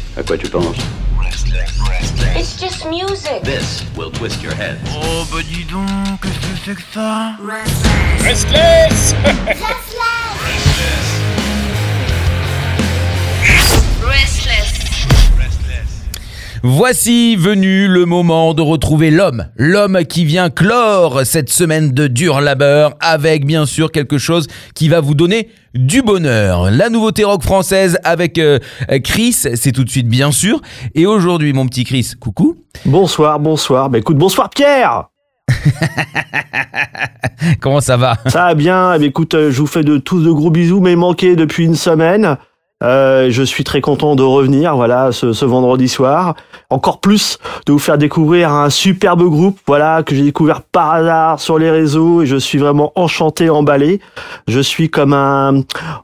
À quoi tu penses? It's just music. This will twist your head. Oh bah dis donc, qu'est-ce que c'est que ça? Restless. Voici venu le moment de retrouver l'homme qui vient clore cette semaine de dur labeur avec bien sûr quelque chose qui va vous donner du bonheur. La nouveauté rock française avec Chris, c'est tout de suite bien sûr. Et aujourd'hui mon petit Chris, coucou. Bonsoir. Bah écoute, bonsoir Pierre. Comment ça va? Ça va bien, écoute, je vous fais tous de gros bisous, mais manqué depuis une semaine. Je suis très content de revenir, voilà, ce vendredi soir. Encore plus de vous faire découvrir un superbe groupe, voilà, que j'ai découvert par hasard sur les réseaux et je suis vraiment enchanté, emballé. Je suis comme un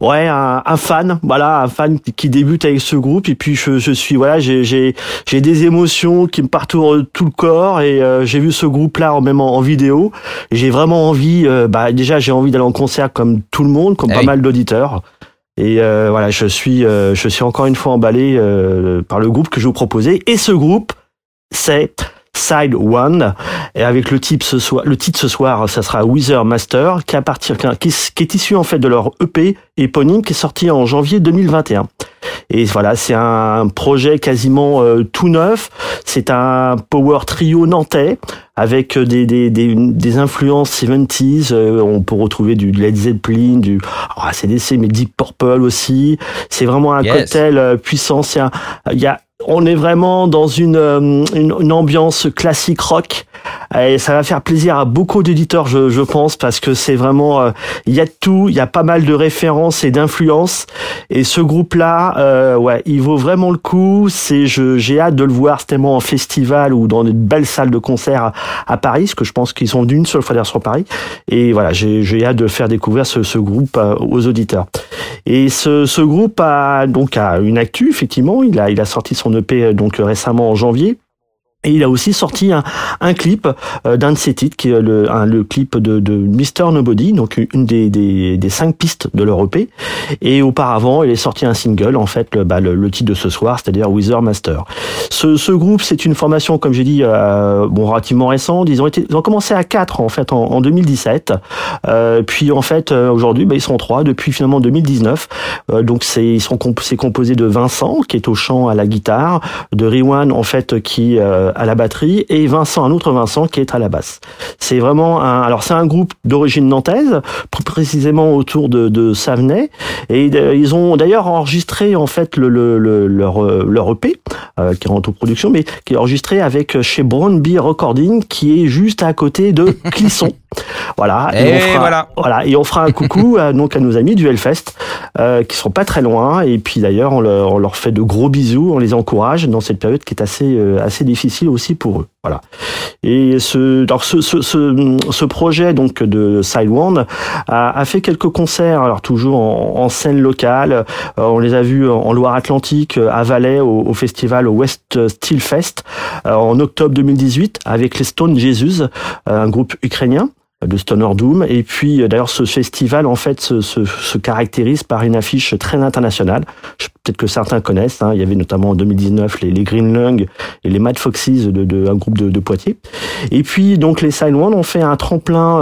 fan, voilà, un fan qui débute avec ce groupe et puis je suis, voilà, j'ai des émotions qui me parcourent tout le corps et j'ai vu ce groupe-là même en vidéo et j'ai vraiment envie, déjà j'ai envie d'aller en concert comme tout le monde, comme pas mal d'auditeurs. Et voilà, je suis encore une fois emballé par le groupe que je vais vous proposer. Et ce groupe, c'est Side One. Et avec le titre ce soir, ça sera Wither Master, qui est issu en fait de leur EP éponyme qui est sorti en janvier 2021. Et voilà, c'est un projet quasiment tout neuf. C'est un power trio nantais avec des influences 70s. On peut retrouver du Led Zeppelin, du AC/DC, mais Deep Purple aussi. C'est vraiment un cocktail puissant. On est vraiment dans une ambiance classique rock et ça va faire plaisir à beaucoup d'éditeurs, je pense, parce que c'est vraiment il y a de tout, il y a pas mal de références et d'influences et ce groupe-là, il vaut vraiment le coup. J'ai hâte de le voir tellement en festival ou dans une belle salle de concert à Paris, parce que je pense qu'ils sont d'une seule fois sur Paris. Et voilà, j'ai hâte de faire découvrir ce groupe aux auditeurs. Et ce groupe a une actu, effectivement. Il a sorti son EP donc récemment en janvier. Et il a aussi sorti un clip d'un de ses titres, qui est le clip de Mr. Nobody, donc une des 5 pistes de leur EP. Et auparavant, il est sorti un single, en fait, le titre de ce soir, c'est-à-dire Wither Master. Ce groupe, c'est une formation, comme j'ai dit, relativement récente. Ils ont commencé à 4, en fait, en 2017. Puis, en fait, aujourd'hui, ils sont 3 depuis finalement 2019. Donc, c'est composé de Vincent, qui est au chant, à la guitare, de Riwan, en fait, qui à la batterie, et un autre Vincent qui est à la basse. C'est vraiment c'est un groupe d'origine nantaise, plus précisément autour de Savenay, et ils ont d'ailleurs enregistré en fait leur EP qui est en autoproduction, mais qui est enregistré avec chez Brown Bee Recording, qui est juste à côté de Clisson. Voilà. Et on fera un coucou donc à nos amis du Hellfest qui sont pas très loin. Et puis d'ailleurs, on leur fait de gros bisous, on les encourage dans cette période qui est assez difficile aussi pour eux. Voilà. Et ce projet donc de Side One a fait quelques concerts, alors toujours en scène locale. On les a vus en Loire-Atlantique, à Valais, au festival West Steel Fest, en octobre 2018, avec les Stone Jesus, un groupe ukrainien de Stoner Doom. Et puis d'ailleurs ce festival en fait se caractérise par une affiche très internationale. Peut-être que certains connaissent, il y avait notamment en 2019 les Green Lung et les Mad Foxes un groupe de Poitiers. Et puis donc les Side One ont fait un tremplin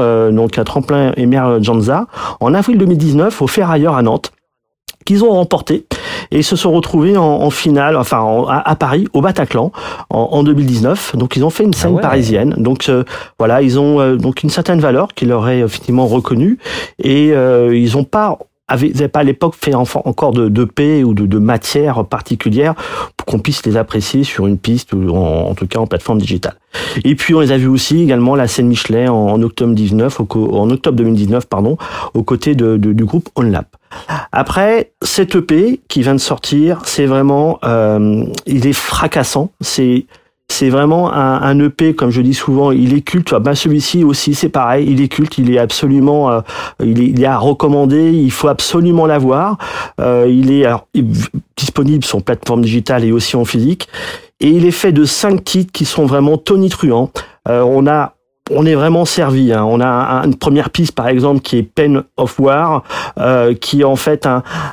Emergenza en avril 2019 au Ferrailleur à Nantes, qu'ils ont remporté et se sont retrouvés en finale, à Paris, au Bataclan, en 2019. Donc ils ont fait une scène parisienne. Donc voilà, ils ont donc une certaine valeur qui leur est effectivement reconnue, et ils n'avaient pas à l'époque fait encore de paix ou de matière particulière pour qu'on puisse les apprécier sur une piste ou en tout cas en plateforme digitale. Et puis on les a vus aussi également à la scène Michelet en octobre 2019, aux côtés du groupe OnLap. Après, cet EP qui vient de sortir, c'est vraiment, il est fracassant. C'est vraiment un EP, comme je dis souvent, il est culte. Celui-ci aussi, c'est pareil, il est culte, il est absolument, il est à recommander, il faut absolument l'avoir. Il est disponible sur plateforme digitale et aussi en physique. Et il est fait de 5 titres qui sont vraiment tonitruants. On a on est vraiment servi. Hein. On a une première piste, par exemple, qui est Pain of War, qui est en fait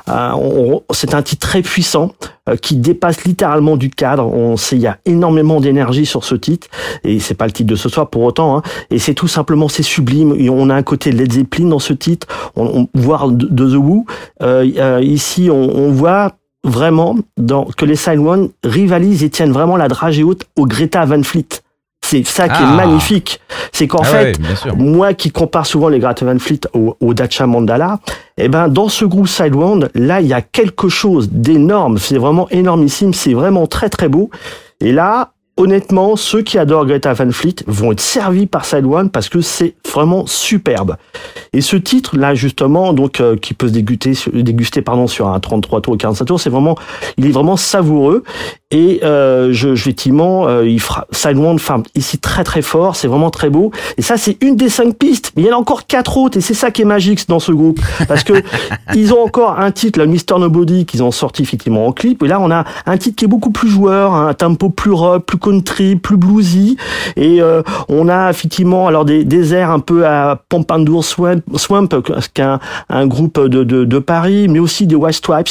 c'est un titre très puissant, qui dépasse littéralement du cadre. Il y a énormément d'énergie sur ce titre, et c'est pas le titre de ce soir pour autant. Hein. Et c'est tout simplement, c'est sublime. Et on a un côté Led Zeppelin dans ce titre, voire de The Who. Ici, on voit vraiment que les Sidewinder rivalisent et tiennent vraiment la dragée haute au Greta Van Fleet. C'est ça qui est magnifique. C'est qu'en fait, moi qui compare souvent les Greta Van Fleet au Dacha Mandala, dans ce groupe Sidewinder, là, il y a quelque chose d'énorme. C'est vraiment énormissime. C'est vraiment très, très beau. Et là, honnêtement, ceux qui adorent Greta Van Fleet vont être servis par Sidewinder parce que c'est vraiment superbe. Et ce titre, là, justement, donc, qui peut se déguster sur un 33 tours ou 45 tours, il est vraiment savoureux. Et effectivement, Sidewinder frappe ici très très fort, c'est vraiment très beau. Et ça, c'est une des 5 pistes, mais il y en a encore 4 autres, et c'est ça qui est magique dans ce groupe, parce que ils ont encore un titre, le Mr. Nobody, qu'ils ont sorti effectivement en clip. Et là, on a un titre qui est beaucoup plus joueur, un tempo plus rock, plus country, plus bluesy. Et on a effectivement alors des airs un peu à Pompadour Swamp, qui est un groupe de Paris, mais aussi des White Stripes,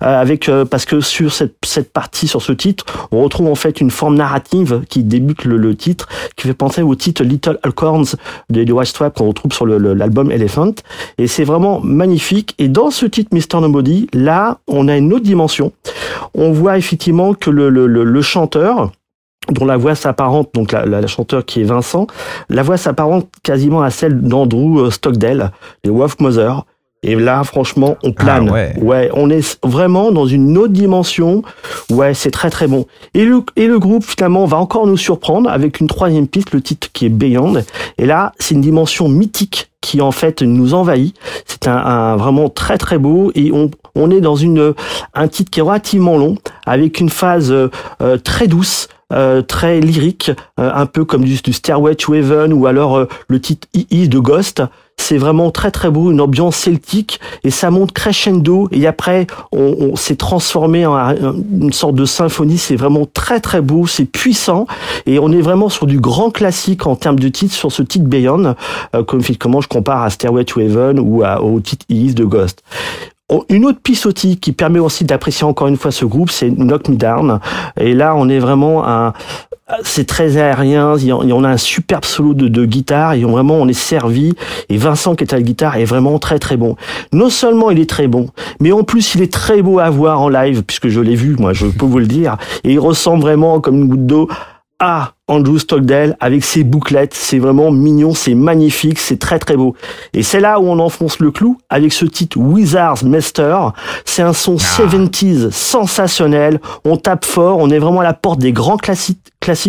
parce que sur cette partie, sur ce titre, on retrouve en fait une forme narrative qui débute le titre, qui fait penser au titre Little Acorns des White Stripes qu'on retrouve sur l'album Elephant. Et c'est vraiment magnifique. Et dans ce titre Mr. Nobody, là, on a une autre dimension. On voit effectivement que le chanteur, dont la voix s'apparente, donc la chanteur qui est Vincent, la voix s'apparente quasiment à celle d'Andrew Stockdale, les Wolfmother. Et là, franchement, on plane. Ouais, on est vraiment dans une autre dimension. Ouais, c'est très très bon. Et le groupe, finalement, va encore nous surprendre avec une 3e piste, le titre qui est Beyond. Et là, c'est une dimension mythique qui, en fait, nous envahit. C'est un vraiment très très beau. Et on est dans un titre qui est relativement long, avec une phase très douce, très lyrique, un peu comme du Stairway to Heaven, ou alors le titre Is de Ghost. C'est vraiment très très beau, une ambiance celtique, et ça monte crescendo, et après on s'est transformé en une sorte de symphonie. C'est vraiment très très beau, c'est puissant, et on est vraiment sur du grand classique en termes de titre sur ce titre Beyond, comment je compare à Stairway to Heaven ou au titre Is de Ghost. Une autre piste aussi qui permet aussi d'apprécier encore une fois ce groupe, c'est Knock Me Down, et là on est vraiment c'est très aérien, on a un superbe solo de guitare, et on est servi, et Vincent qui est à la guitare est vraiment très très bon. Non seulement il est très bon, mais en plus il est très beau à voir en live, puisque je l'ai vu, moi je peux vous le dire, et il ressemble vraiment comme une goutte d'eau à Andrew Stockdale avec ses bouclettes. C'est vraiment mignon, c'est magnifique, c'est très très beau. Et c'est là où on enfonce le clou avec ce titre Wizard's Master. C'est un son 70s sensationnel. On tape fort, on est vraiment à la porte des grands classiques,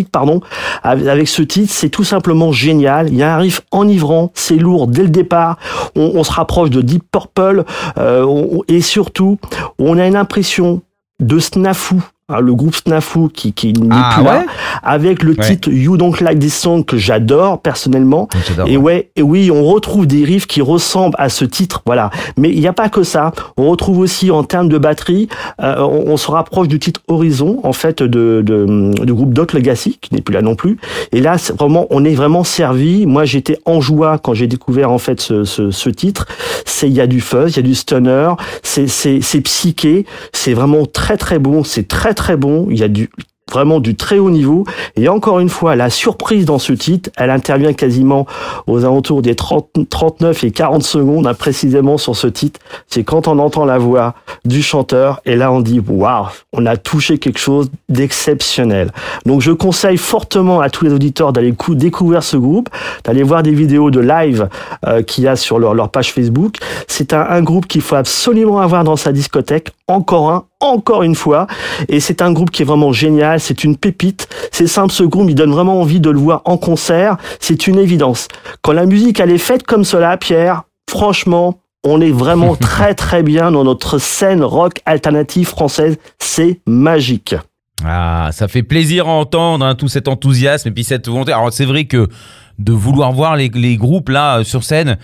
avec ce titre. C'est tout simplement génial. Il y a un riff enivrant, c'est lourd dès le départ. On se rapproche de Deep Purple, et surtout, on a une impression de snafu. Le groupe Snafu qui n'est plus là, avec le titre You Don't Like This Song que j'adore personnellement. Et oui, on retrouve des riffs qui ressemblent à ce titre, voilà. Mais il n'y a pas que ça. On retrouve aussi en termes de batterie, on se rapproche du titre Horizon, en fait, du groupe Dot Legacy, qui n'est plus là non plus. Et là, on est vraiment servi. Moi, j'étais en joie quand j'ai découvert en fait ce titre. Il y a du fuzz, il y a du stunner, c'est psyché, c'est vraiment très très bon, c'est très très bon, il y a vraiment du très haut niveau. Et encore une fois, la surprise dans ce titre, elle intervient quasiment aux alentours des 39 et 40 secondes, précisément sur ce titre. C'est quand on entend la voix du chanteur, et là on dit waouh, on a touché quelque chose d'exceptionnel. Donc je conseille fortement à tous les auditeurs d'aller découvrir ce groupe, d'aller voir des vidéos de live qu'il y a sur leur page Facebook. C'est un groupe qu'il faut absolument avoir dans sa discothèque, encore une fois, et c'est un groupe qui est vraiment génial, c'est une pépite, c'est simple, ce groupe, il donne vraiment envie de le voir en concert, c'est une évidence. Quand la musique, elle est faite comme cela, Pierre, franchement, on est vraiment très très bien dans notre scène rock alternative française, c'est magique. Ah, ça fait plaisir à entendre, tout cet enthousiasme et puis cette volonté. Alors c'est vrai que de vouloir voir les groupes là sur scène,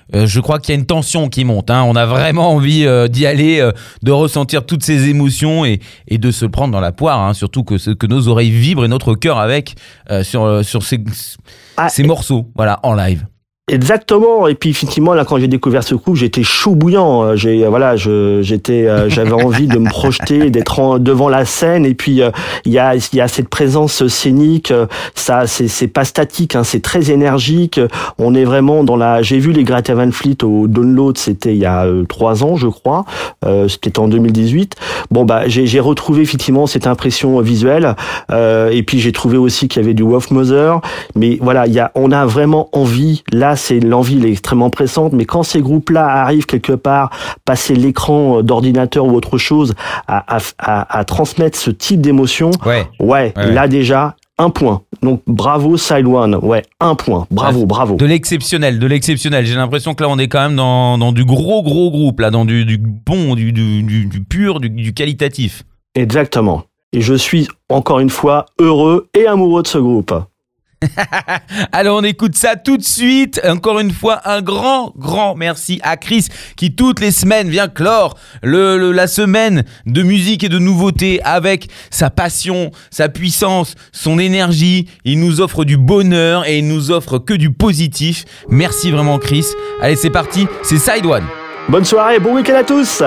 je crois qu'il y a une tension qui monte. Hein. On a vraiment envie d'y aller, de ressentir toutes ces émotions et de se le prendre dans la poire. Hein. Surtout que nos oreilles vibrent et notre cœur avec sur ces morceaux, voilà, en live. Exactement. Et puis effectivement, là, quand j'ai découvert ce groupe, j'étais chaud bouillant. J'avais envie de me projeter, d'être devant la scène. Et puis il y a cette présence scénique. Ça, c'est pas statique, hein, c'est très énergique. On est vraiment dans la. J'ai vu les Greta Van Fleet au Download. C'était il y a 3 ans, je crois. C'était en 2018. Bon bah, j'ai retrouvé effectivement cette impression visuelle. Et puis j'ai trouvé aussi qu'il y avait du Wolfmother. Mais voilà, on a vraiment envie là. C'est l'envie, elle est extrêmement pressante, mais quand ces groupes-là arrivent quelque part, passer l'écran d'ordinateur ou autre chose, à transmettre ce type d'émotion, ouais. Là déjà, 1 point. Donc bravo Side One, ouais, 1 point. Bravo. De l'exceptionnel. J'ai l'impression que là on est quand même dans du gros groupe, là, dans du bon, du pur, du qualitatif. Merci. Et je suis encore une fois heureux et amoureux de ce groupe. Alors on écoute ça tout de suite. Encore une fois, un grand merci à Chris qui toutes les semaines vient clore la semaine de musique et de nouveautés avec sa passion, sa puissance, son énergie. Il nous offre du bonheur et il nous offre que du positif. Merci vraiment Chris. Allez, c'est parti, c'est Side One. Bonne soirée, bon week-end à tous.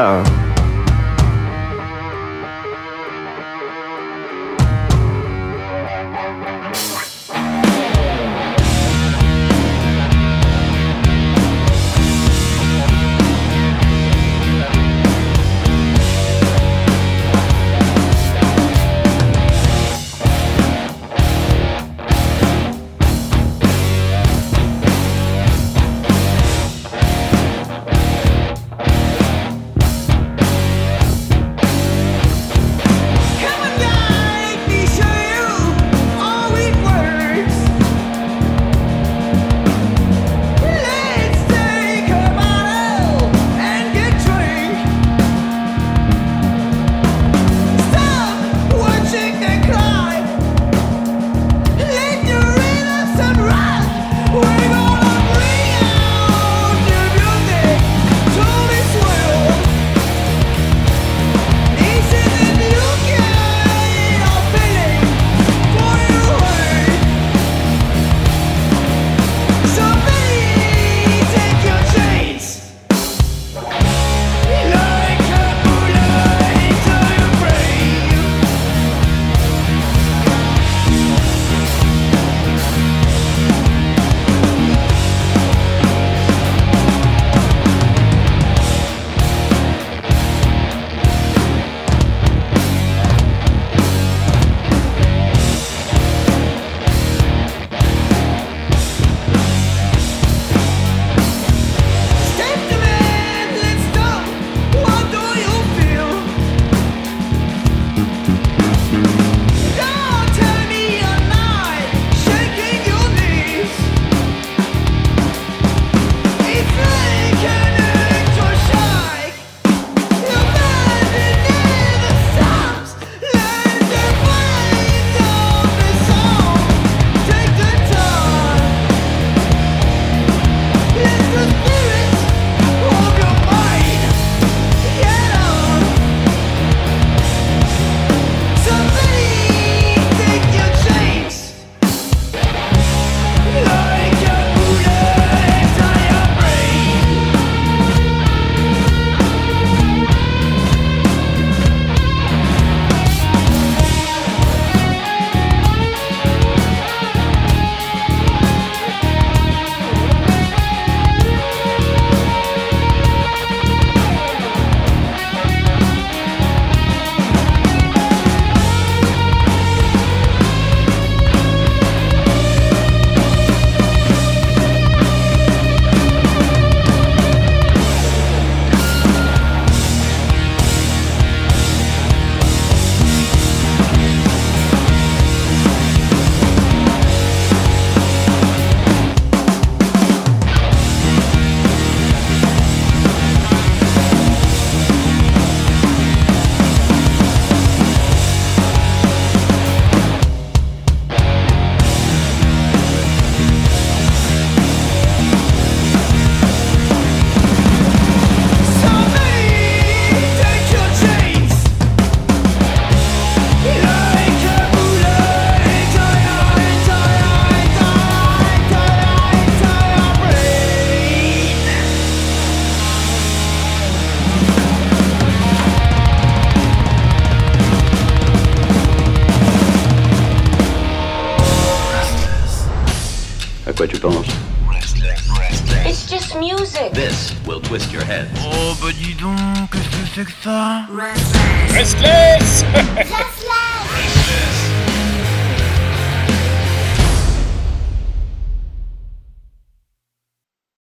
À quoi tu penses? It's just music. This will twist your head. Oh bah dis donc, qu'est-ce que c'est que ça? Restless. Restless.